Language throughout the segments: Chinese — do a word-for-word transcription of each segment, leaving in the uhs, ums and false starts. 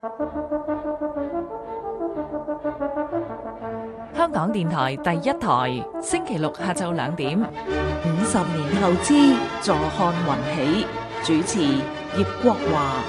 香港電台第一台，星期六下晝兩點。 五十年後之坐看雲起，主持葉國華。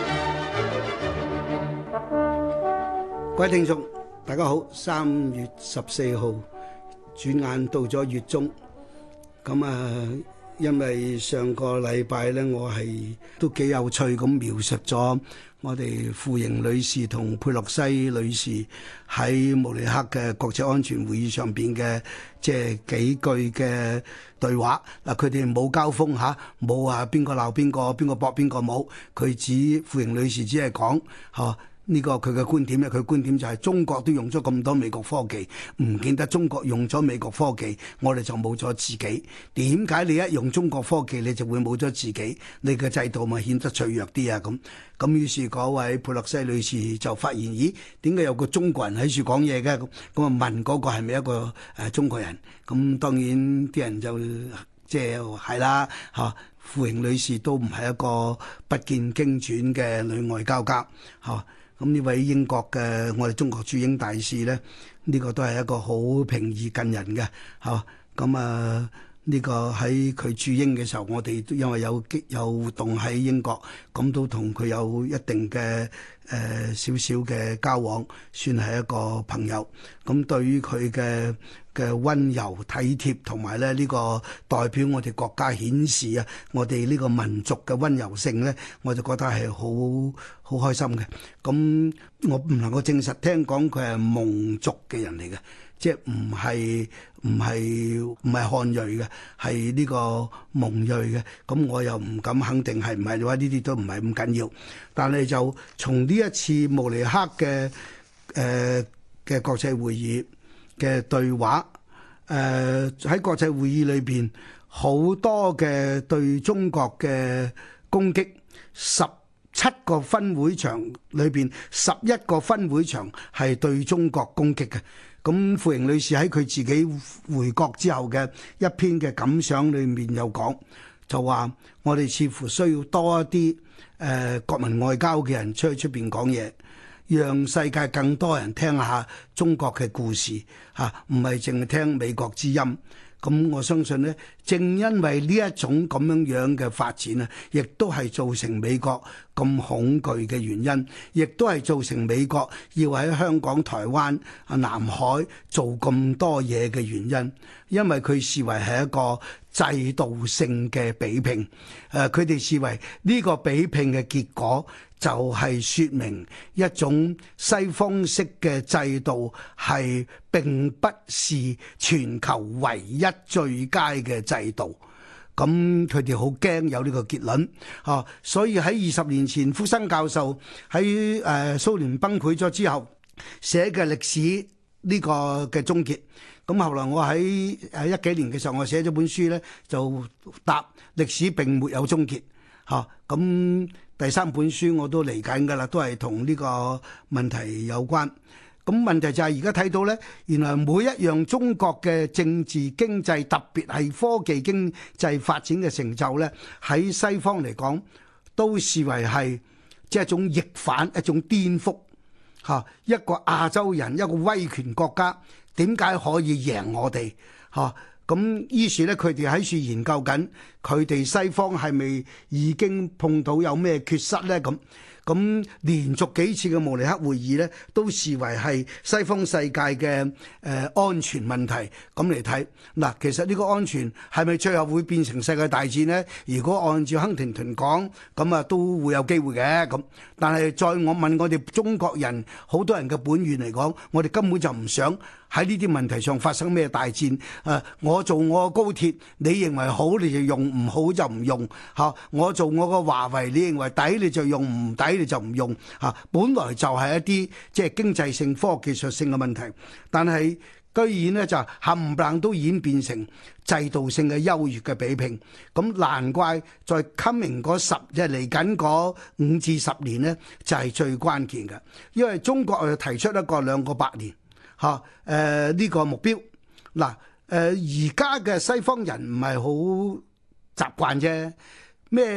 各位聽眾，大家好。三月十四號，轉眼到咗月中。咁啊，因為上個禮拜咧，我係都幾有趣咁描述咗我哋傅瑩女士同佩洛西女士喺慕尼黑嘅國際安全會議上邊嘅即係幾句嘅對話。嗱，佢哋冇交鋒嚇，冇話邊個鬧邊個，邊個駁邊個冇。佢只傅瑩女士只係講嚇。呢個佢嘅觀點咧，佢觀點就係中國都用咗咁多美國科技，唔見得中國用咗美國科技，我哋就冇咗自己。點解你一用中國科技，你就會冇咗自己？你嘅制度咪顯得脆弱啲啊？咁咁於是嗰位佩洛西女士就發現，咦，點解有個中國人喺處講嘢嘅？咁咁啊問嗰個係咪一個誒中國人？咁當然啲人就即係係啦嚇。傅瑩女士都唔係一個不見經傳嘅女外交家嚇。咁呢位英國嘅我哋中國駐英大使咧，呢、這個都係一個好平易近人嘅嚇。咁啊，呢、這個喺佢駐英嘅時候，我哋都因為有有活動喺英國，咁都同佢有一定嘅誒少少嘅交往，算係一個朋友。咁對於佢嘅嘅溫柔體貼同埋咧呢個代表我哋國家顯示啊，我哋呢個民族嘅溫柔性咧，我就覺得係好好開心嘅。咁我唔能夠證實，聽講佢係蒙族嘅人嚟嘅，即係唔係唔係唔係漢裔嘅，係呢個蒙裔嘅。咁我又唔敢肯定係唔係嘅話，呢啲都唔係咁緊要。但係就從呢一次慕尼黑嘅誒嘅國際會議嘅對話，誒、呃、喺國際會議裏邊好多嘅對中國嘅攻擊，十七個分會場裏邊十一個分會場係對中國攻擊嘅。咁傅瑩女士喺佢自己回國之後嘅一篇嘅感想裏面有講，就話我哋似乎需要多一啲誒、呃、國民外交嘅人出去出邊講嘢，讓世界更多人聽下中國嘅故事嚇，唔係淨係聽美國之音。咁我相信呢，正因為呢一種咁樣樣嘅發展啊，亦都係造成美國咁恐懼嘅原因，亦都係造成美國要喺香港、台灣、啊南海做咁多嘢嘅原因，因為佢視為係一個制度性嘅比拼。誒，佢哋視為呢個比拼嘅結果，就係説明一種西方式嘅制度係並不是全球唯一最佳嘅制度。咁佢哋好驚有呢個結論，啊，所以喺二十年前，福生教授喺誒蘇聯崩潰咗之後寫嘅歷史呢個嘅終結。咁後來我喺誒一幾年嘅時候，我寫咗本書咧，就答歷史並沒有終結。嚇，咁第三本書我都嚟緊㗎啦，都係同呢個問題有關。咁問題就係而家睇到咧，原來每一樣中國嘅政治經濟，特別係科技經濟發展嘅成就咧，喺西方嚟講都視為係即係一種逆反、一種顛覆。嚇，一個亞洲人，一個威權國家，點解可以贏我哋？嚇！咁於是咧，佢哋喺處研究緊，佢哋西方係咪已經碰到有咩缺失咧？咁咁連續幾次嘅慕尼黑會議咧，都視為係西方世界嘅誒、呃、安全問題咁嚟睇。嗱，其實呢個安全係咪最後會變成世界大戰呢？如果按照亨廷頓講，咁啊都會有機會嘅。咁但係再我問我哋中國人，好多人嘅本願嚟講，我哋根本就唔想喺呢啲問題上發生咩大戰？誒、呃，我做我個高鐵，你認為好你就用，唔好就唔用。嚇、啊，我做我個華為，你認為抵你就用，唔抵你就唔用。嚇、啊，本來就係一啲即係經濟性、科學技術性嘅問題，但係居然呢就冚唪唥都演變成制度性嘅優越嘅比拼。咁難怪在 coming 嗰十即係嚟緊嗰五至十年呢，就係、是、最關鍵嘅，因為中國又提出一個兩個百年。嚇！誒呢、呃這個目標嗱，誒而家嘅西方人唔係好習慣啫。咩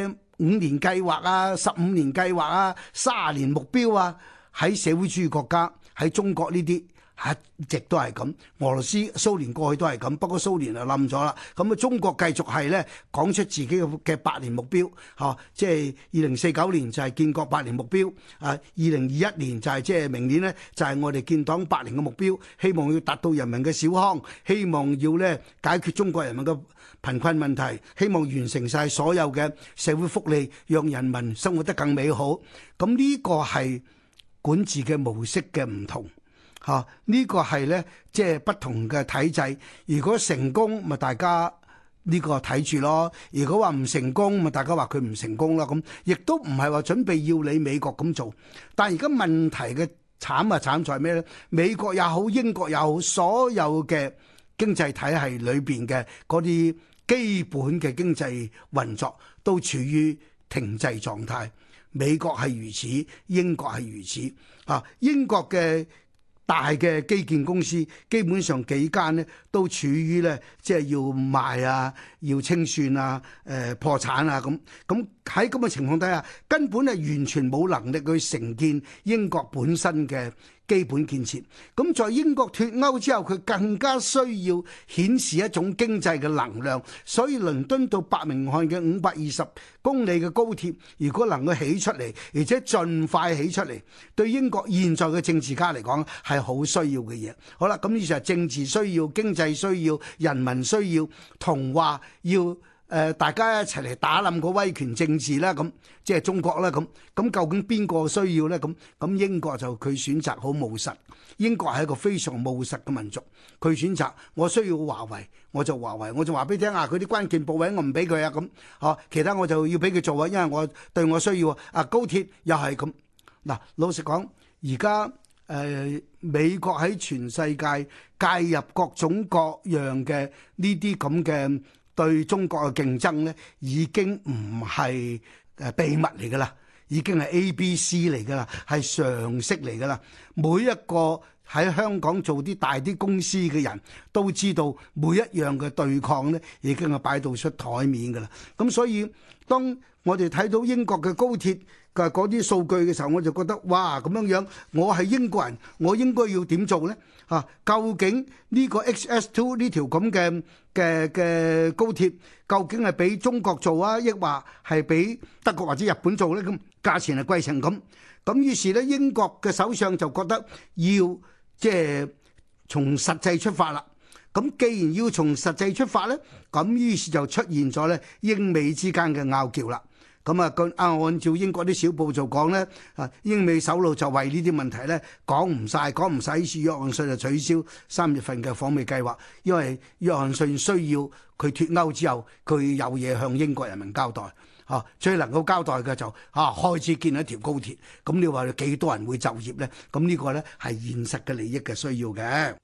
五年計劃啊、十五年計劃啊、三十年目標啊，喺社會主義國家，喺中國呢啲。一直都係咁，俄羅斯、蘇聯過去都係咁，不過蘇聯就冧咗啦。咁啊，中國繼續係咧講出自己嘅嘅百年目標，嚇、啊，即係二零四九年就係建國百年目標，啊，二零二一年就係即係明年呢，就係、是、我哋建黨百年嘅目標，希望要達到人民嘅小康，希望要咧解決中國人民嘅貧困問題，希望完成晒所有嘅社會福利，讓人民生活得更美好。咁呢個係管治嘅模式嘅唔同。嚇！呢、呢個係咧，即係不同嘅體制。如果成功，咪大家呢個睇住咯；如果話唔成功，咪大家話佢唔成功咯。咁亦都唔係話準備要你美國咁做。但係而家問題嘅慘啊慘在咩咧？美國也好，英國也好，所有嘅經濟體系裏邊嘅嗰啲基本嘅經濟運作都處於停滯狀態。美國係如此，英國係如此。啊，英國嘅大嘅基建公司基本上幾間咧都處於咧，即係要賣啊，要清算啊，誒、呃、破產啊咁。咁喺咁嘅情況底下，根本係完全冇能力去承建英國本身嘅基本建設。咁在英國脫歐之後，佢更加需要顯示一種經濟嘅能量。所以倫敦到伯明翰嘅五百二十公里嘅高鐵，如果能夠起出嚟，而且盡快起出嚟，對英國現在嘅政治家嚟講係好需要嘅嘢。好啦，咁以上係政治需要、經濟需要、人民需要，同話要。誒、呃，大家一齊嚟打冧個威權政治啦，咁即係中國啦，咁咁究竟邊個需要呢？咁咁英國就佢選擇好務實，英國係一個非常務實嘅民族，佢選擇我需要華為，我就華為，我就話俾你聽啊，佢啲關鍵部位我唔俾佢啊，咁哦，其他我就要俾佢做啊，因為我對我需要啊，高鐵又係咁。嗱，老實講，而家誒美國喺全世界介入各種各樣嘅呢啲咁嘅。對中國嘅競爭咧，已經唔係誒秘密嚟㗎啦，已經係 A B C 嚟㗎啦，係常識嚟㗎啦。每一個喺香港做啲大啲公司嘅人都知道，每一樣嘅對抗咧，已經係擺到出台面㗎啦。咁所以當我哋睇到英國嘅高鐵嘅嗰啲數據嘅時候，我就覺得哇，咁樣樣，我係英國人，我應該要點做咧？啊，究竟呢個 X S 二 呢條咁嘅嘅嘅高鐵，究竟係俾中國做啊，抑或係俾德國或者日本做咧？咁價錢係貴成咁，咁於是咧，英國嘅首相就覺得要即係從實際出發啦。咁既然要從實際出發咧，咁於是就出現咗咧英美之間嘅拗撬啦。咁啊，個啊按照英國啲小報就講咧，啊英美首腦就為呢啲問題咧講唔晒，講唔晒。於是約翰遜就取消三月份嘅訪美計劃，因為約翰遜需要佢脫歐之後，佢有嘢向英國人民交代。嚇，最能夠交代嘅就嚇開始建一條高鐵。咁你話幾多人會就業咧？咁呢個咧係現實嘅利益嘅需要嘅。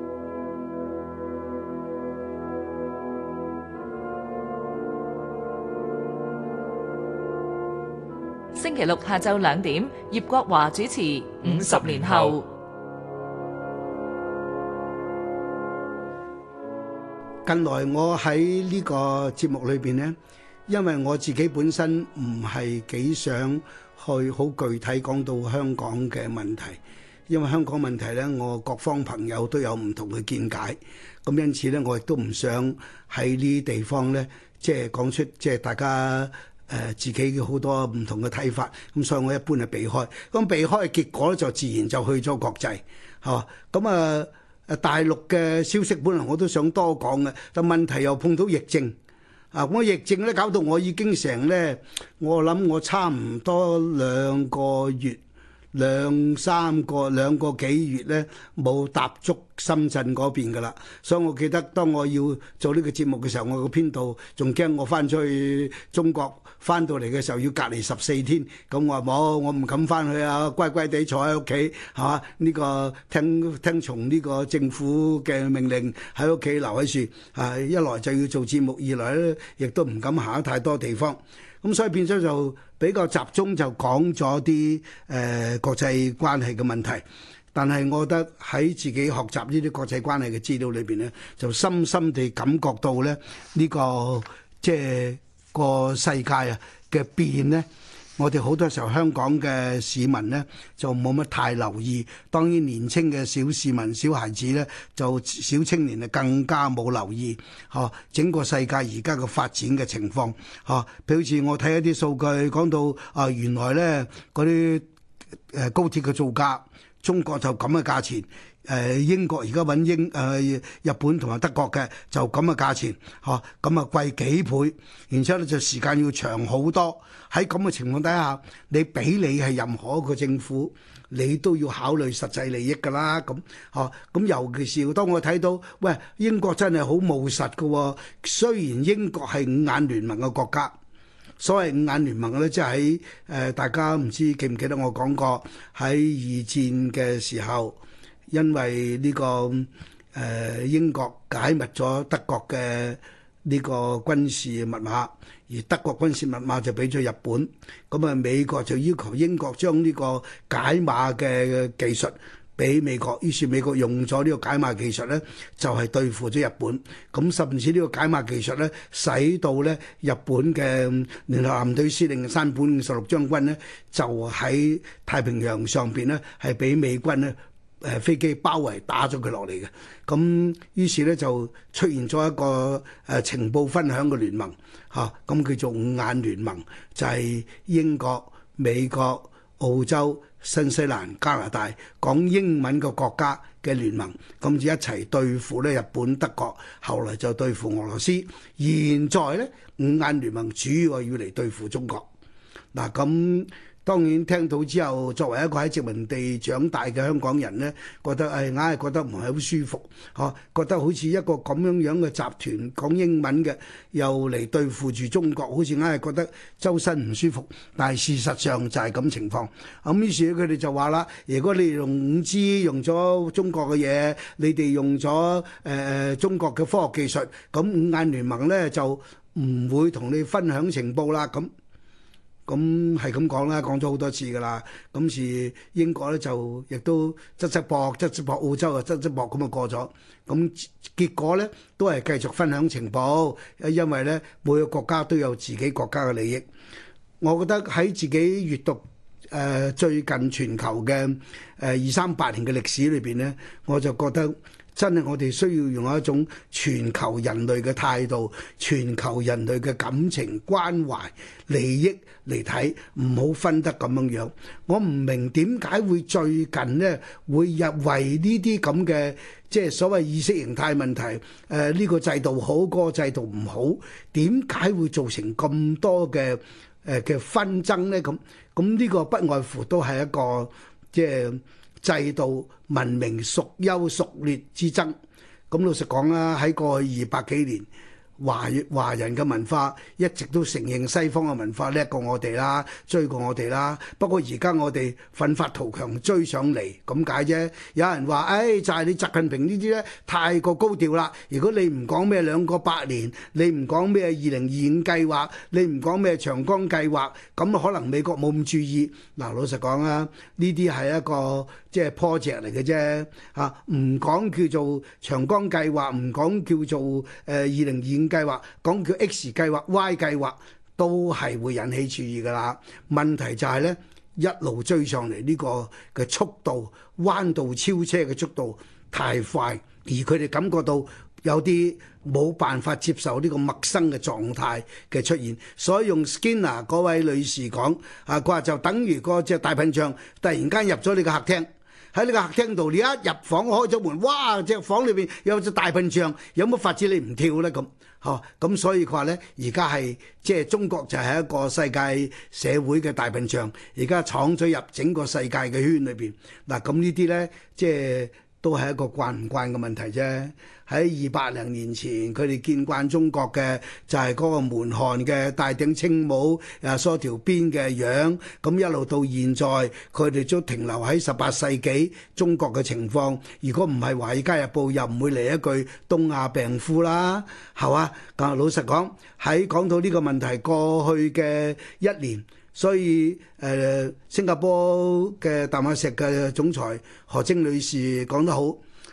星期六下晝兩點，葉國華主持《五十年後》。 近來我喺呢個節目裏邊呢，因為我自己本身唔係幾想去好具體講到香港嘅問題，因為香港問題呢，我各方朋友都有唔同嘅見解，咁因此呢，我亦都唔想喺呢啲地方呢，即係講出即係大家。誒、呃、自己嘅好多唔同嘅睇法，咁所以我一般係避開，咁避開嘅結果咧就自然就去咗國際，係嘛？咁啊誒大陸嘅消息本來我都想多講嘅，但問題又碰到疫症，啊我疫症咧搞到我已經成咧，我諗我差唔多兩個月。兩三個兩個幾月咧冇踏足深圳嗰邊噶啦，所以我記得當我要做呢個節目嘅時候，我個編導仲驚我翻出去中國，翻到嚟嘅時候要隔離十四天，咁我話冇，我唔敢翻去啊，乖乖地坐喺屋企，係嘛？呢個聽聽從呢個政府嘅命令喺屋企留喺處，啊一來就要做節目，二來咧亦都唔敢行得太多地方。咁所以變咗就比較集中，就講咗啲誒國際關係嘅問題。但係我覺得喺自己學習呢啲國際關係嘅資料裏邊咧，就深深地感覺到咧呢個即係個世界啊嘅變呢，我哋好多時候香港嘅市民呢就冇乜太留意，當然年青嘅小市民、小孩子呢，就小青年啊更加冇留意嚇整個世界而家嘅發展嘅情況嚇。譬如好似我睇一啲數據講到啊，原來呢嗰啲誒高鐵嘅造價，中國就咁嘅價錢。誒英國而家揾英誒、呃、日本同埋德國嘅就咁嘅價錢嚇，咁啊貴幾倍，然之後咧就時間要長好多。喺咁嘅情況底下，你俾你係任何一個政府，你都要考慮實際利益㗎啦。咁嚇咁尤其是當我睇到，喂，英國真係好務實嘅喎。雖然英國係五眼聯盟嘅國家，所謂五眼聯盟咧，即係喺誒大家唔知記唔記得我講過喺二戰嘅時候。因為呢、這個誒、呃、英國解密咗德國嘅呢個軍事密碼，而德國軍事密碼就俾咗日本，咁啊美國就要求英國將呢個解碼嘅技術俾美國，於是美國用咗呢個解碼技術咧，就係、是、對付咗日本。咁甚至呢個解碼技術咧，使到咧日本嘅聯合艦隊司令山本五十六將軍咧，就喺太平洋上邊咧，係俾美軍咧。誒飛機包圍打咗佢落嚟嘅，咁於是咧就出現咗一個誒情報分享嘅聯盟嚇，咁叫做五眼聯盟，就係英國、美國、澳洲、新西蘭、加拿大講英文嘅國家嘅聯盟，咁就一齊對付咧日本、德國，後來就對付俄羅斯，現在咧五眼聯盟主要係要嚟對付中國。嗱咁。當然聽到之後，作為一個喺殖民地長大嘅香港人呢，覺得誒硬係覺得唔係好舒服，嚇覺得好似一個咁樣樣嘅集團講英文嘅，又嚟對付住中國，好似硬係覺得周身唔舒服。但係事實上就係咁情況。咁於是佢哋就話啦：如果你用五 G 用咗中國嘅嘢，你哋用咗誒誒中國嘅科學技術，咁五眼聯盟呢就唔會同你分享情報啦。咁。咁係咁講啦，講咗好多次噶啦。咁是英國咧就亦都側側膊側側膊，澳洲啊側側膊咁啊過咗。咁結果咧都係繼續分享情報，因為咧每個國家都有自己國家嘅利益。我覺得喺自己閲讀誒、呃、最近全球嘅誒二三百年嘅歷史裏邊咧，我就覺得。真係我哋需要用一種全球人類嘅態度、全球人類嘅感情關懷、利益嚟睇，唔好分得咁樣樣。我唔明點解會最近呢會入為呢啲咁嘅即係所謂意識形態問題，誒、呃、呢、呢個制度好，嗰、嗰個制度唔好，點解會造成咁多嘅誒嘅紛爭呢？咁咁呢個不外乎都係一個即係。制度文明孰優孰劣之爭，咁老實講啦，喺過去二百幾年，華華人嘅文化一直都承認西方嘅文化叻過我哋啦，追過我哋啦。不過而家我哋奮發圖強追上嚟咁解啫。有人話，誒、哎、就係、是、你習近平呢啲咧太過高調啦。如果你唔講咩兩個百年，你唔講咩二零二五計劃，你唔講咩長江計劃，咁可能美國冇咁注意。嗱，老實講啊，呢啲係一個即係 project 嚟嘅啫，嚇唔講叫做長江計劃，唔講叫做誒二零二五計劃，講叫 X 計劃、Y 計劃，都係會引起注意㗎啦。問題就係咧，一路追上嚟呢個嘅速度，彎道超車嘅速度太快，而佢哋感覺到有啲冇辦法接受呢個陌生嘅狀態嘅出現，所以用 Skinner 嗰位女士講啊，佢話就等於個隻大笨象突然間入咗你個客廳。喺呢個客廳度，你一入房開咗門，哇！隻房裏邊有隻大笨象，有乜法子你唔跳呢？咁，嚇咁所以佢話呢，而家係即係中國就係一個世界社會嘅大笨象，而家闖咗入整個世界嘅圈裏邊。嗱，咁呢啲呢，即係都係一個慣唔慣嘅問題啫。喺二百零年前，佢哋見慣中國嘅就係嗰個門漢嘅戴頂青帽、啊梳條辮嘅樣，咁一路到現在，佢哋都停留喺十八世紀中國嘅情況。如果唔係《華爾街日報》，又唔會嚟一句東亞病夫啦，係嘛？咁老實講，喺講到呢個問題過去嘅一年，所以誒、呃、新加坡嘅淡馬錫嘅總裁何晶女士講得好。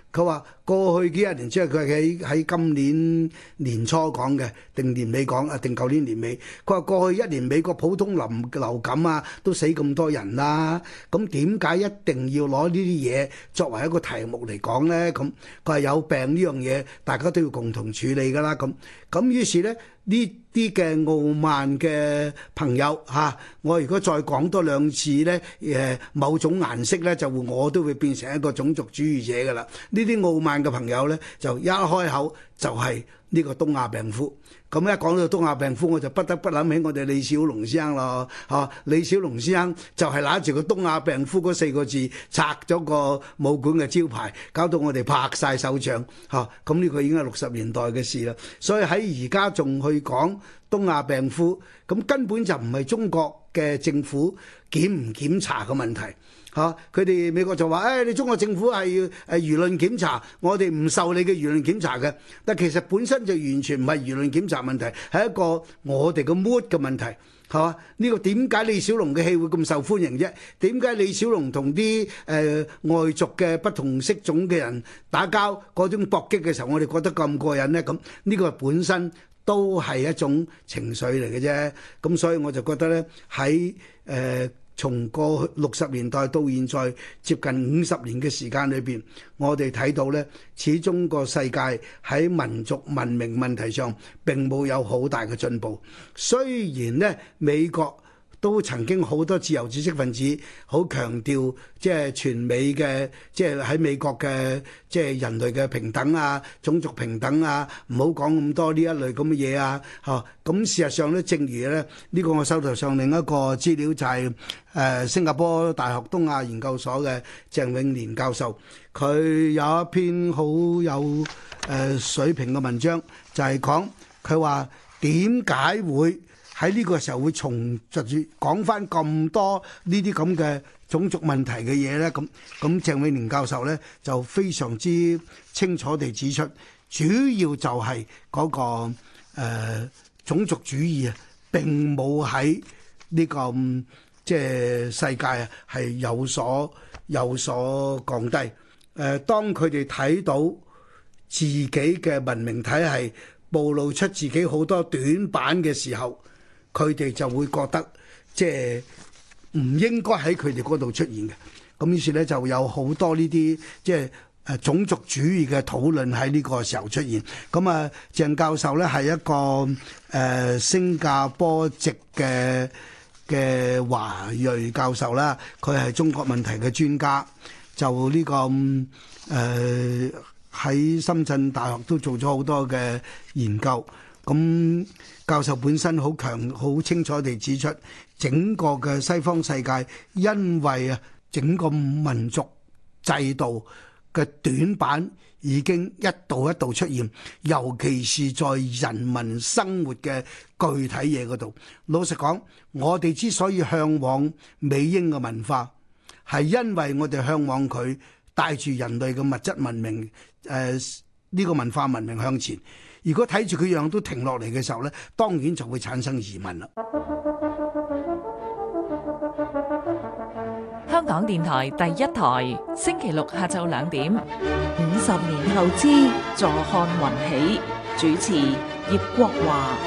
佢話過去幾廿年，即係佢喺喺今年年初講嘅，定年尾講啊，定舊年年尾。佢話過去一年美國普通流流感啊，都死咁多人啦。咁點解一定要攞呢啲嘢作為一個題目嚟講咧？咁佢話有病呢樣嘢，大家都要共同處理㗎啦。咁咁於是咧，呢啲嘅傲慢嘅朋友嚇、啊，我如果再講多兩次咧，誒某種顏色咧，就會我都會變成一個種族主義者㗎啦。呢啲傲慢嘅朋友咧，就一開口就係呢個東亞病夫。咁一講到東亞病夫，我就不得不諗起我哋李小龍先生咯，嚇、啊！李小龍先生就係揦住個東亞病夫嗰四個字，拆咗個武館嘅招牌，搞到我哋拍晒手掌，嚇、啊！咁呢個已經係六十年代嘅事啦。所以喺而家仲去講東亞病夫，咁根本就唔係中國嘅政府檢唔檢查嘅問題。嚇！佢哋美國就話：誒、哎，你中國政府係要誒輿論檢查，我哋唔受你嘅輿論檢查嘅。但其實本身就完全唔係輿論檢查問題，係一個我哋嘅 mood 嘅問題，係嘛？呢、這個點解李小龍嘅戲會咁受歡迎啫？點解李小龍同啲誒外族嘅不同色種嘅人打交嗰種搏擊嘅時候，我哋覺得咁過癮呢？咁呢個本身都係一種情緒嚟嘅啫。咁所以我就覺得咧，喺誒。呃從過去六十年代到現在接近五十年嘅時間裏邊，我哋睇到咧，始終個世界喺民族文明問題上並冇有好大嘅進步。雖然咧，美國都曾經好多自由知識分子好強調，即係全美嘅，即係喺美國嘅，即係人類嘅平等啊、種族平等啊，唔好講咁多呢一類咁嘅嘢啊，嚇。咁事實上咧，正如咧，呢個我手頭上另一個資料就係誒新加坡大學東亞研究所嘅鄭永年教授，佢有一篇好有誒水平嘅文章，就係講佢話點解會喺呢個時候會重就住講翻咁多呢啲咁嘅種族問題嘅嘢咧？咁咁鄭永年教授咧就非常之清楚地指出，主要就係嗰個誒種族主義啊，並冇喺呢個即係世界啊係有所有所降低。誒，當佢哋睇到自己嘅文明體系暴露出自己好多短板嘅時候，佢哋就會覺得即係唔應該喺佢哋嗰度出現嘅。咁於是咧就有好多呢啲即係誒種族主義嘅討論喺呢個時候出現。咁啊，鄭教授咧係一個誒、呃、新加坡籍嘅嘅華裔教授啦，佢係中國問題嘅專家，就呢、這個誒喺、呃、深圳大學都做咗好多嘅研究。咁教授本身好強、好清楚地指出，整個嘅西方世界因為啊整個民族制度嘅短板已經一度一度出現，尤其是在人民生活嘅具體嘢嗰度。老實講，我哋之所以向往美英嘅文化，係因為我哋向往佢帶住人類嘅物質文明，誒、呃、呢、這個文化文明向前。如果睇住佢樣都停落嚟嘅時候咧，當然就會產生疑問啦。 香港電台第一台，星期六下晝兩點。 五十年後之坐看雲起，主持葉國華。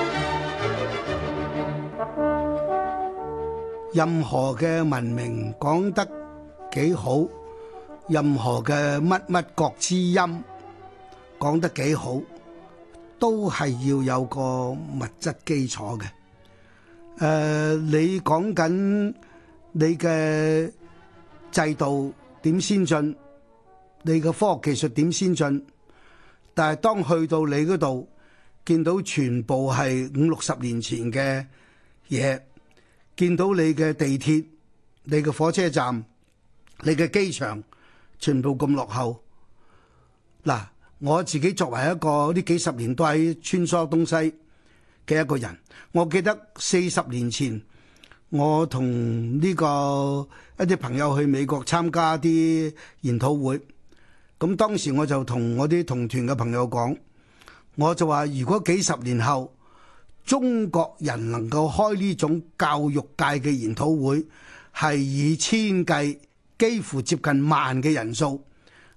任何嘅文明講得幾好，任何嘅乜乜國之音講得幾好，都係要有個物質基礎嘅。誒、呃，你講緊你嘅制度點先進，你嘅科學技術點先進，但係當去到你嗰度，見到全部係五六十年前嘅嘢，見到你嘅地鐵、你嘅火車站、你嘅機場，全部咁落後。嗱，我自己作為一個呢幾十年都喺穿梭東西嘅一個人，我記得四十年前我同呢個一啲朋友去美國參加啲研討會，咁當時我就同我啲同團嘅朋友講，我就話如果幾十年後中國人能夠開呢種教育界嘅研討會，係以千計幾乎接近萬嘅人數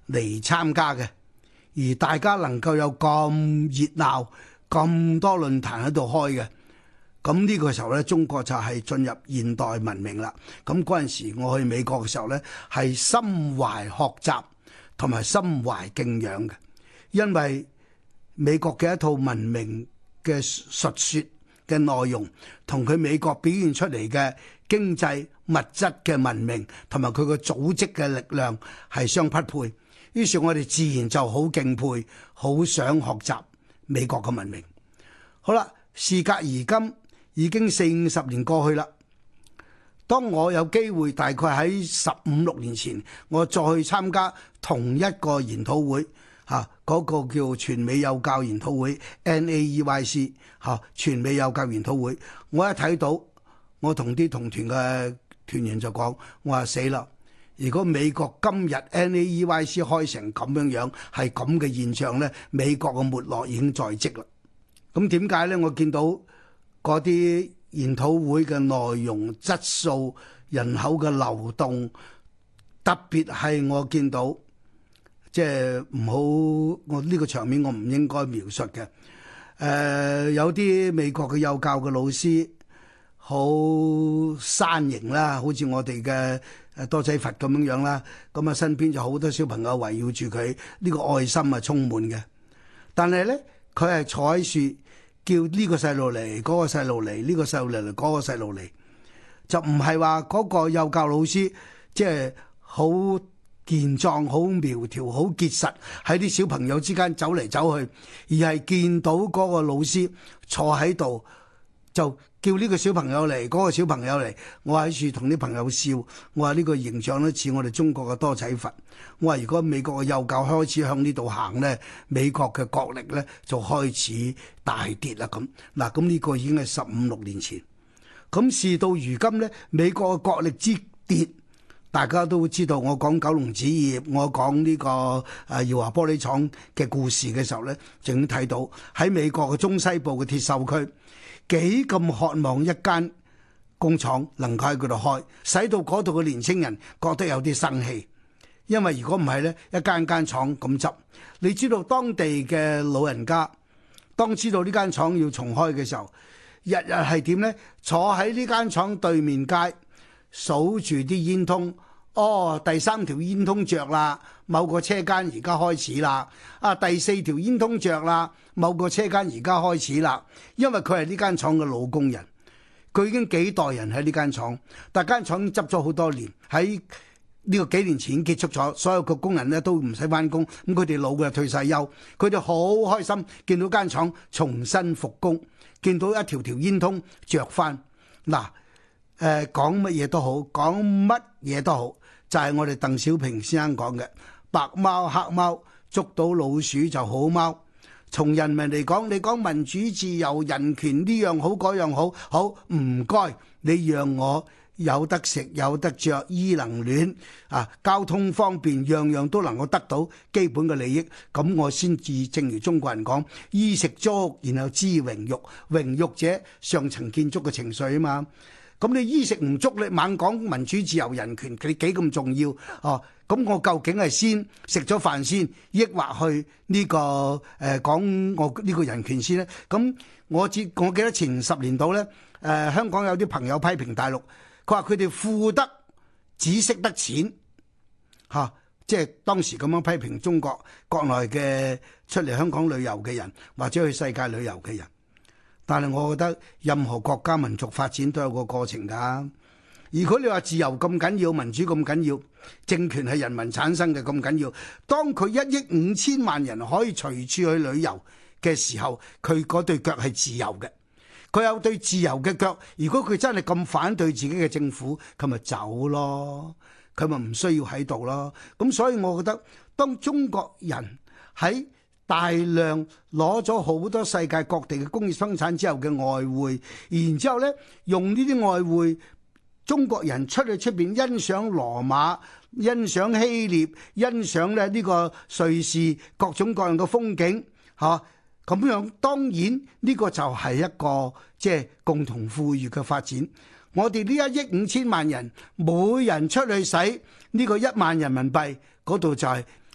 嚟參加嘅，而大家能夠有咁熱鬧、咁多論壇喺度開嘅，咁呢個時候咧，中國就係進入現代文明啦。咁嗰陣時我去美國嘅時候咧，係心懷學習同埋心懷敬仰嘅，因為美國嘅一套文明嘅述說嘅內容，同佢美國表現出嚟嘅經濟物質嘅文明，同埋佢個組織嘅力量係相匹配。於是我哋自然就好敬佩，好想學習美國嘅文明。好啦，事隔而今，已經四五十年過去啦。當我有機會，大概喺十五六年前，我再去參加同一個研討會，嚇、啊、嗰、那個叫全美幼教研討會 N A E Y C 嚇、啊、全美幼教研討會，我一睇到，我同啲同團嘅團員就講，我話死啦！如果美國今日 N A E Y C 開成咁樣樣，係咁嘅現象咧，美國嘅沒落已經在即啦。咁點解咧？我見到嗰啲研討會嘅內容、質素、人口嘅流動，特別係我見到，即係唔好，我呢個場面我唔應該描述嘅。誒、呃，有啲美國嘅幼教嘅老師好山形啦，好似我哋嘅誒多仔佛咁樣樣啦，咁啊身邊就好多小朋友圍繞住佢，呢個愛心係充滿嘅。但係咧，佢係坐喺樹，叫呢個細路嚟，嗰個細路嚟，呢個細路嚟，嗰個細路嚟，就唔係話嗰個幼教老師即係好健壯、好苗條、好結實喺啲小朋友之間走嚟走去，而係見到嗰個老師坐喺度就叫呢個小朋友嚟，嗰、嗰個小朋友嚟。我喺處同啲朋友笑，我話呢個形象咧似我哋中國嘅多仔佛。我話如果美國嘅幼教開始向呢度行咧，美國嘅國力咧就開始大跌啦。咁嗱，咁呢個已經係十五六年前。咁事到如今咧，美國嘅國力之跌，大家都知道。我講九龍紙業，我講呢個誒耀華玻璃廠嘅故事嘅時候咧，就已經睇到喺美國嘅中西部嘅鐵鏽區，幾咁渴望一間工廠能夠喺嗰度開，使到嗰度嘅年青人覺得有啲生氣。因為如果唔係咧，一間間廠咁執，你知道當地嘅老人家當知道呢間廠要重開嘅時候，日日係點咧？坐喺呢間廠對面街數住啲煙通，哦，第三條煙通着啦，某個車間而家開始啦。啊，第四條煙通着啦，某個車間而家開始啦。因為佢係呢間廠嘅老工人，佢已經幾代人喺呢間廠，但間廠執咗好多年，喺呢個幾年前結束咗，所有個工人咧都唔使返工，咁佢哋老嘅退晒休，佢哋好開心見到間廠重新復工，見到一條條煙通着返。嗱，誒講乜嘢都好，講乜嘢都好，就係、是、我哋鄧小平先生講嘅白貓黑貓捉到老鼠就好貓。從人民嚟講，你講民主自由人權呢樣好嗰樣好，好唔該你讓我有得食有得着衣能暖啊，交通方便，樣樣都能夠得到基本嘅利益，咁我先至正如中國人講衣食足，然後知榮辱，榮辱者上層建築嘅情緒啊嘛。咁你衣食唔足，你猛講民主自由人權，佢幾咁重要哦？咁我究竟係先食咗飯先，抑或去呢、這個誒、呃、講我呢個人權先咧？咁我知我記得前十年度咧，誒、呃、香港有啲朋友批評大陸，佢話佢哋富得只識得錢嚇、啊，即係當時咁樣批評中國國內嘅出嚟香港旅遊嘅人，或者去世界旅遊嘅人。但係我覺得任何國家民族發展都有個過程㗎。如果你話自由咁緊要，民主咁緊要，政權係人民產生嘅咁緊要，當佢一億五千萬人可以隨處去旅遊嘅時候，佢嗰對腳係自由嘅。佢有對自由嘅腳，如果佢真係咁反對自己嘅政府，佢咪走咯，佢咪唔需要喺度咯。咁所以我覺得，當中國人喺大量攞咗好多世界各地嘅工業生產之後嘅外匯，然之後呢，用呢啲外匯，中國人出去出邊欣賞羅馬、欣賞希臘、欣賞咧呢個瑞士各種各樣嘅風景，嚇、啊、咁樣，當然呢個就係一個即係共同富裕嘅發展。我哋呢一億五千萬人，每人出去使呢個一萬人民幣，嗰度就係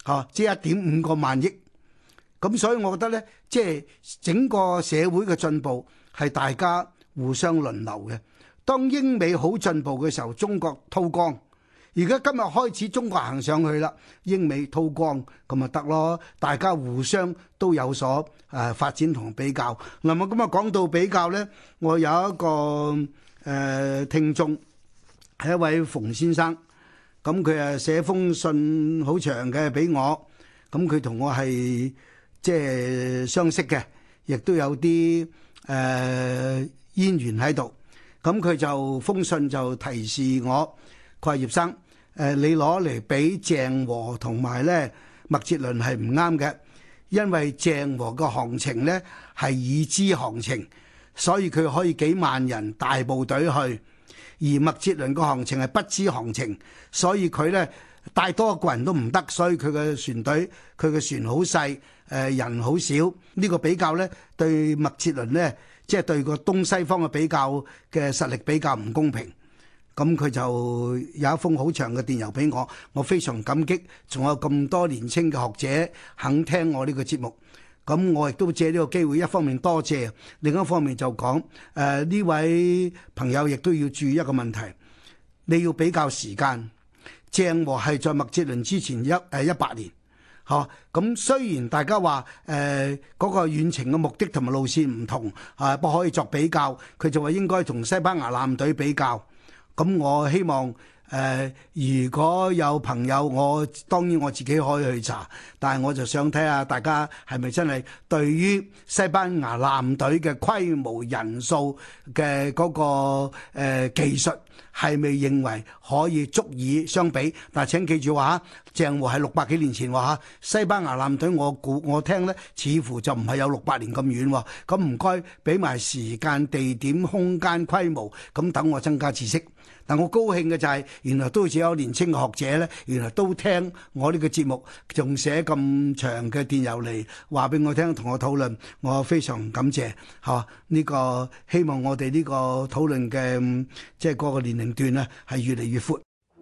嚇，即係一點五個萬億。咁所以我覺得咧，即係整個社會嘅進步係大家互相輪流嘅。當英美好進步嘅時候，中國韜光。而家今日開始，中國行上去啦，英美韜光咁咪得咯，大家互相都有所誒、呃、發展同比較。嗱，我今日講到比較呢，我有一個誒、呃、聽眾係一位馮先生，咁佢誒寫封信好長嘅俾我，咁佢同我係即係相識嘅，亦都有啲誒、呃、淵源喺度。咁佢就封信就提示我，佢話葉生。誒，你攞嚟俾鄭和同埋咧麥哲倫係唔啱嘅，因為鄭和個行情咧係已知行情，所以佢可以幾萬人大部隊去；而麥哲倫個行情係不知行情，所以佢咧帶多一個人都唔得，所以佢嘅船隊佢嘅船好細，誒人好少。呢、這個比較咧對麥哲倫咧，即係對個東西方嘅比較嘅實力比較唔公平。咁佢就有一封好長嘅電郵俾我，我非常感激，仲有咁多年青嘅學者肯聽我呢個節目。咁我亦都借呢個機會，一方面多謝，另一方面就講誒呢位朋友亦都要注意一個問題，你要比較時間。鄭和係在麥哲倫之前一誒一百年，嚇。咁雖然大家話誒嗰個遠程嘅目的同埋路線唔同，啊不可以作比較，佢就話應該同西班牙艦隊比較。咁我希望誒、呃，如果有朋友，我當然我自己可以去查，但係我就想睇下大家係咪真係對於西班牙艦隊嘅規模、人數嘅嗰、那個、呃、技術係咪認為可以足以相比？但係請記住話嚇，鄭和係六百幾年前話嚇，西班牙艦隊我估我聽咧，似乎就唔係有六百年咁遠喎。咁唔該，俾埋時間、地點、空間、規模，咁等我增加知識。但我高興嘅就係、是，原來都好似有年青嘅學者咧，原來都聽我呢個節目，仲寫咁長嘅電郵嚟話俾我聽，同我討論，我非常感謝嚇。呢、這個希望我哋呢個討論嘅即係嗰個年齡段咧，係越嚟越闊。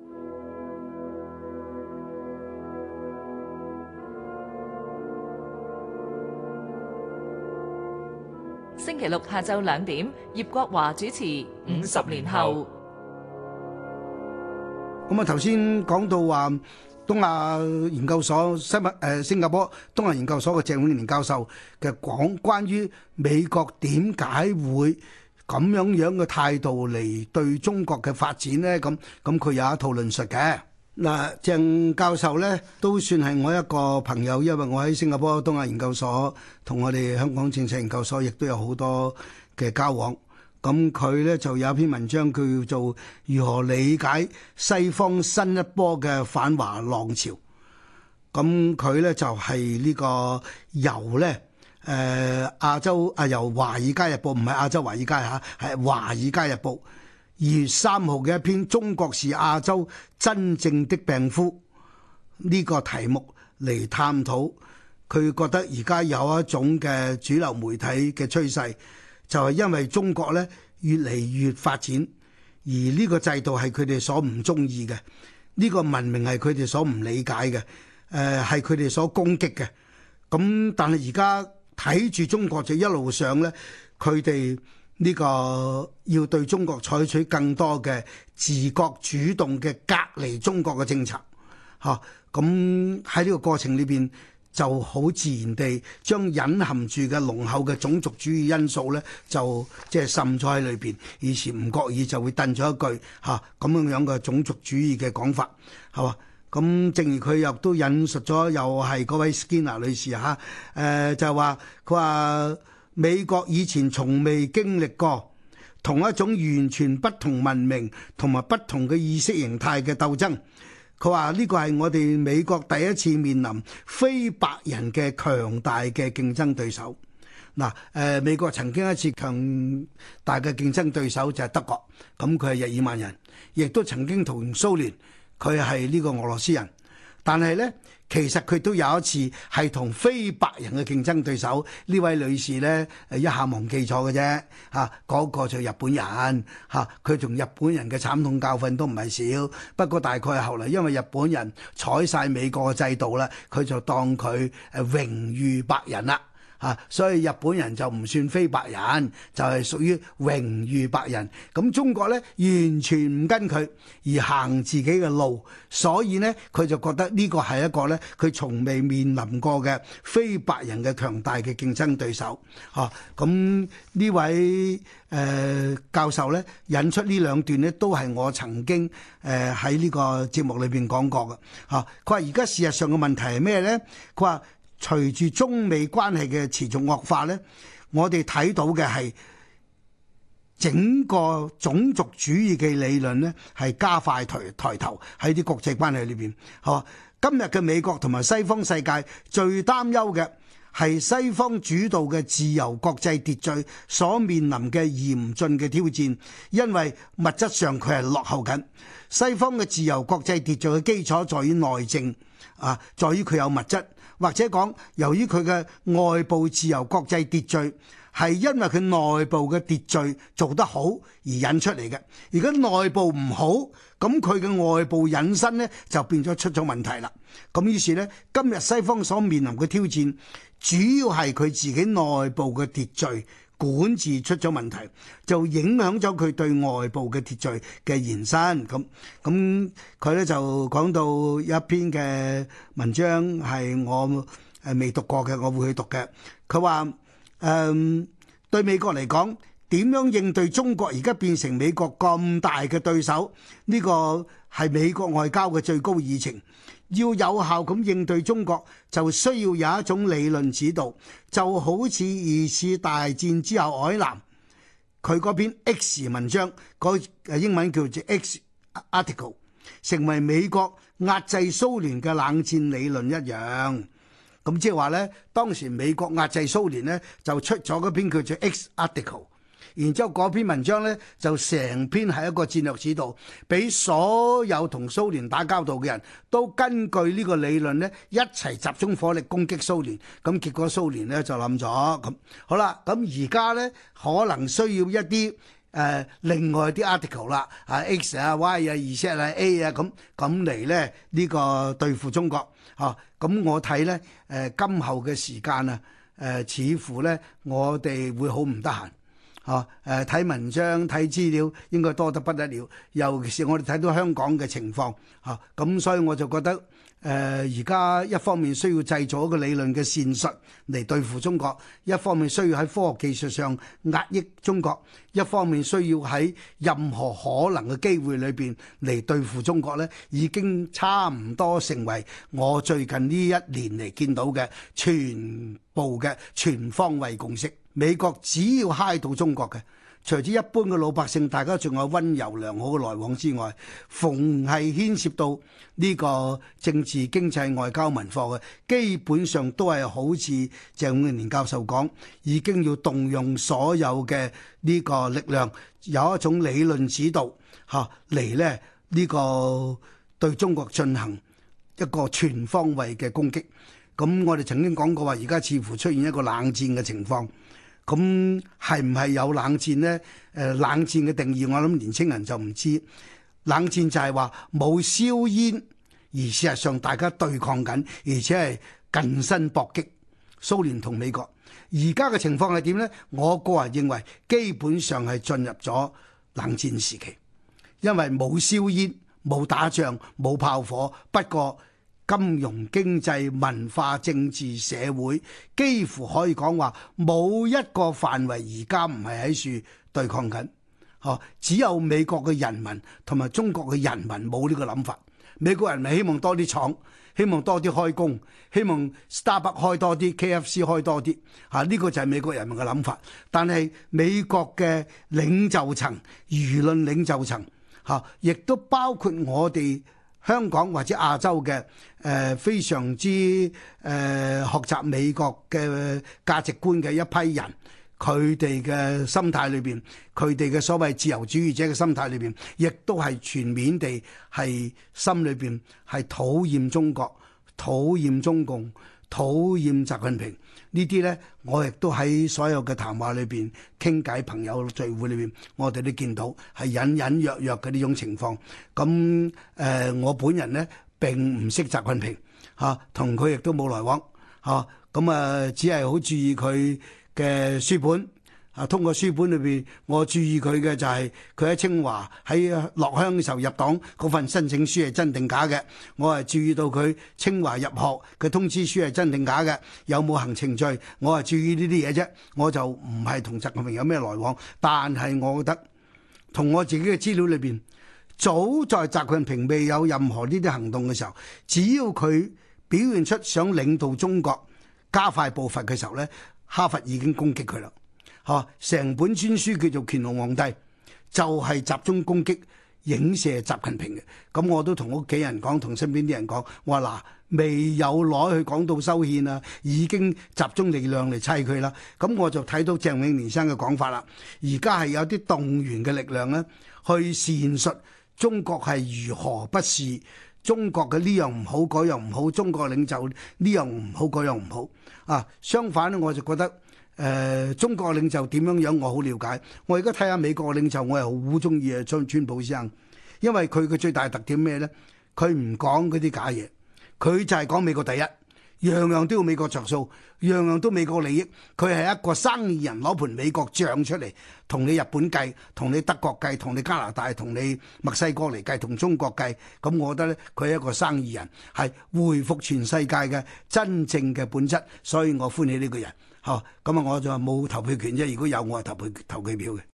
星期六下晝兩點，葉國華主持《五十年後》。 咁啊，頭先講到話東亞研究所新聞誒新加坡東亞研究所嘅鄭永年教授嘅講關於美國點解會咁樣樣嘅態度嚟對中國嘅發展呢？咁咁佢有一套論述嘅。嗱，鄭教授呢都算係我一個朋友，因為我喺新加坡東亞研究所同我哋香港政策研究所亦都有好多嘅交往。咁佢咧就有一篇文章，佢叫做如何理解西方新一波嘅反華浪潮。咁佢咧就係呢個由咧誒亞洲啊，由《華爾街日報》，唔係亞洲華爾街嚇，係《華爾街日報》二月三號嘅一篇《中國是亞洲真正的病夫》呢個題目嚟探討。佢覺得而家有一種嘅主流媒體嘅趨勢。就係因為中國咧越嚟越發展，而呢個制度係佢哋所唔中意嘅，呢個文明係佢哋所唔理解嘅，誒係佢哋所攻擊嘅。咁但係而家睇住中國就一路上咧，佢哋呢個要對中國採取更多嘅自覺主動嘅隔離中國嘅政策，嚇。咁喺呢個過程裏邊，就好自然地將隱含住嘅濃厚嘅種族主義因素咧，就即係滲咗喺裏邊。以前唔覺意就會掟咗一句嚇咁樣樣嘅種族主義嘅講法，係嘛？咁正如佢又都引述咗，又係嗰位 Skinner 女士嚇，誒、呃、就係話佢話美國以前從未經歷過同一種完全不同文明同埋不同嘅意識形態嘅鬥爭。佢話呢個係我哋美國第一次面臨非白人嘅強大嘅競爭對手。嗱，誒、呃、美國曾經一次強大嘅競爭對手就係德國，咁佢係日耳曼人，亦都曾經同蘇聯，佢係呢個俄羅斯人。但係呢， 其實佢都有一次係同非白人嘅競爭對手，呢位女士呢，誒一下忘記咗嘅啫嚇，嗰、那個就日本人嚇，佢、啊、同日本人嘅慘痛教訓都唔係少。不過大概係後嚟因為日本人採晒美國嘅制度啦，佢就當佢誒榮譽白人啦。啊，所以日本人就唔算非白人，就係、是、屬於榮譽白人。咁中國咧完全唔跟佢而行自己嘅路，所以呢，佢就覺得呢個係一個咧佢從未面臨過嘅非白人嘅強大嘅競爭對手。嚇、啊，咁呢位誒、呃、教授咧引出呢兩段呢，都係我曾經誒喺呢個節目裏邊講過嘅。嚇、啊，佢話而家事實上嘅問題係咩咧？佢話隨住中美關係嘅持續惡化呢，我哋睇到嘅係整個種族主義嘅理論呢係加快抬抬頭喺啲國際關係裏邊。嚇，今日嘅美國同埋西方世界最擔憂嘅係西方主導嘅自由國際秩序所面臨嘅嚴峻嘅挑戰，因為物質上佢係落後緊。西方嘅自由國際秩序嘅基礎在於內政啊，在於佢有物質。或者講，由於佢嘅外部自由國際秩序係因為佢內部嘅秩序做得好而引出嚟嘅，而家內部唔好，咁佢嘅外部引申呢就變咗出咗問題啦。咁於是呢，今日西方所面臨嘅挑戰，主要係佢自己內部嘅秩序管治出咗問題，就影響咗佢對外部嘅秩序嘅延伸。咁咁佢咧就講到一篇嘅文章係我誒未讀過嘅，我會去讀嘅。佢話誒對美國嚟講，點樣應對中國而家變成美國咁大嘅對手？呢個係美國外交嘅最高議程。要有效咁應對中國，就需要有一種理論指導，就好似二次大戰之後海南佢嗰篇 X 文章，嗰英文叫做 X article， 成為美國壓制蘇聯嘅冷戰理論一樣。咁即係話呢，當時美國壓制蘇聯呢，就出咗嗰篇叫做 X article。然之後嗰篇文章呢，就成篇係一個戰略指導，俾所有同蘇聯打交道嘅人都根據呢個理論呢，一齊集中火力攻擊蘇聯。咁結果蘇聯呢就冧咗。咁好啦，咁而家呢，可能需要一啲誒、呃、另外啲 article 啦，啊 X 啊 Y 啊 Z 啊 A 啊咁咁嚟呢，呢、呢個對付中國。嚇，咁我睇呢，誒、呃、今後嘅時間啊誒、呃、似乎呢，我哋會好唔得閒。嚇誒睇文章睇資料應該多得不得了，尤其是我哋睇到香港嘅情況嚇，咁、啊、所以我就覺得誒而家一方面需要製造一個理論嘅戰術嚟對付中國，一方面需要喺科學技術上壓抑中國，一方面需要喺任何可能嘅機會裏邊嚟對付中國呢，已經差唔多成為我最近呢一年嚟見到嘅全部嘅全方位共識。美國只要嗨到中國嘅，除咗一般嘅老百姓，大家仲有溫柔良好嘅來往之外，逢係牽涉到呢個政治、經濟、外交、文化嘅，基本上都係好似鄭永年教授講，已經要動用所有嘅呢個力量，有一種理論指導嚇嚟咧呢個對中國進行一個全方位嘅攻擊。咁我哋曾經講過話，而家似乎出現一個冷戰嘅情況。咁係唔係有冷戰呢？誒，冷戰嘅定義，我諗年青人就唔知。冷戰就係話冇硝煙，而事實上大家對抗緊，而且係近身搏擊。蘇聯同美國而家嘅情況係點呢？我個人認為基本上係進入咗冷戰時期，因為冇硝煙、冇打仗、冇炮火，不過金融、經濟、文化、政治、社會，幾乎可以講話冇一個範圍而家唔係喺處對抗緊。哦，只有美國嘅人民同埋中國嘅人民冇呢個諗法。美國人咪希望多啲廠，希望多啲開工，希望 Starbucks 開多啲 ，K F C 開多啲。嚇，呢個就係美國人民嘅諗法。但係美國嘅領袖層、輿論領袖層，嚇，亦都包括我哋香港或者亞洲嘅誒、呃、非常之誒、呃、學習美國嘅價值觀嘅一批人，佢哋嘅心態裏邊，佢哋嘅所謂自由主義者嘅心態裏邊，亦都係全面地係心裏邊係討厭中國、 討厭中共、討厭習近平呢啲咧，我亦都喺所有嘅談話裏邊傾偈、朋友聚會裏邊，我哋都見到係隱隱約約嘅呢種情況。咁誒、呃，我本人咧並唔識習近平嚇，同佢亦都冇來往嚇。咁啊，只係好注意佢嘅書本。啊！通過書本裏邊，我注意佢嘅就係佢喺清華喺落鄉嘅時候入黨嗰份申請書係真定假嘅。我係注意到佢清華入學嘅通知書係真定假嘅，有冇行程序，我係注意呢啲嘢啫。我就唔係同習近平有咩來往，但係我覺得同我自己嘅資料裏邊，早在習近平未有任何呢啲行動嘅時候，只要佢表現出想領導中國加快步伐嘅時候咧，哈佛已經攻擊佢啦。嚇！成本專書叫做《乾隆皇帝》，就係、是、集中攻擊影射習近平嘅。咁我都同屋企人講，同身邊啲人講，我話嗱，未有攞去講到修憲啊，已經集中力量嚟砌佢啦。咁我就睇到鄭永年生嘅講法啦。而家係有啲動員嘅力量咧，去闡述中國係如何不是中國嘅呢樣唔好，嗰樣唔好，中國領袖呢樣唔好，嗰樣唔好。啊，相反咧，我就覺得。誒、呃，中國領袖點樣樣，我好了解。我而家睇下美國領袖，我係好中意啊，川川普先生，因為佢嘅最大特點咩咧？佢唔講嗰啲假嘢，佢就係講美國第一，樣樣都要美國着數，樣樣都美國利益。佢係一個生意人，攞盤美國帳出嚟，同你日本計，同你德國計，同你加拿大，同你墨西哥嚟計，同中國計。咁我覺得咧，佢係一個生意人，係回復全世界嘅真正嘅本質，所以我歡喜呢個人。嚇，咁啊，我就冇投票權啫。如果有，我係投佢投佢票嘅。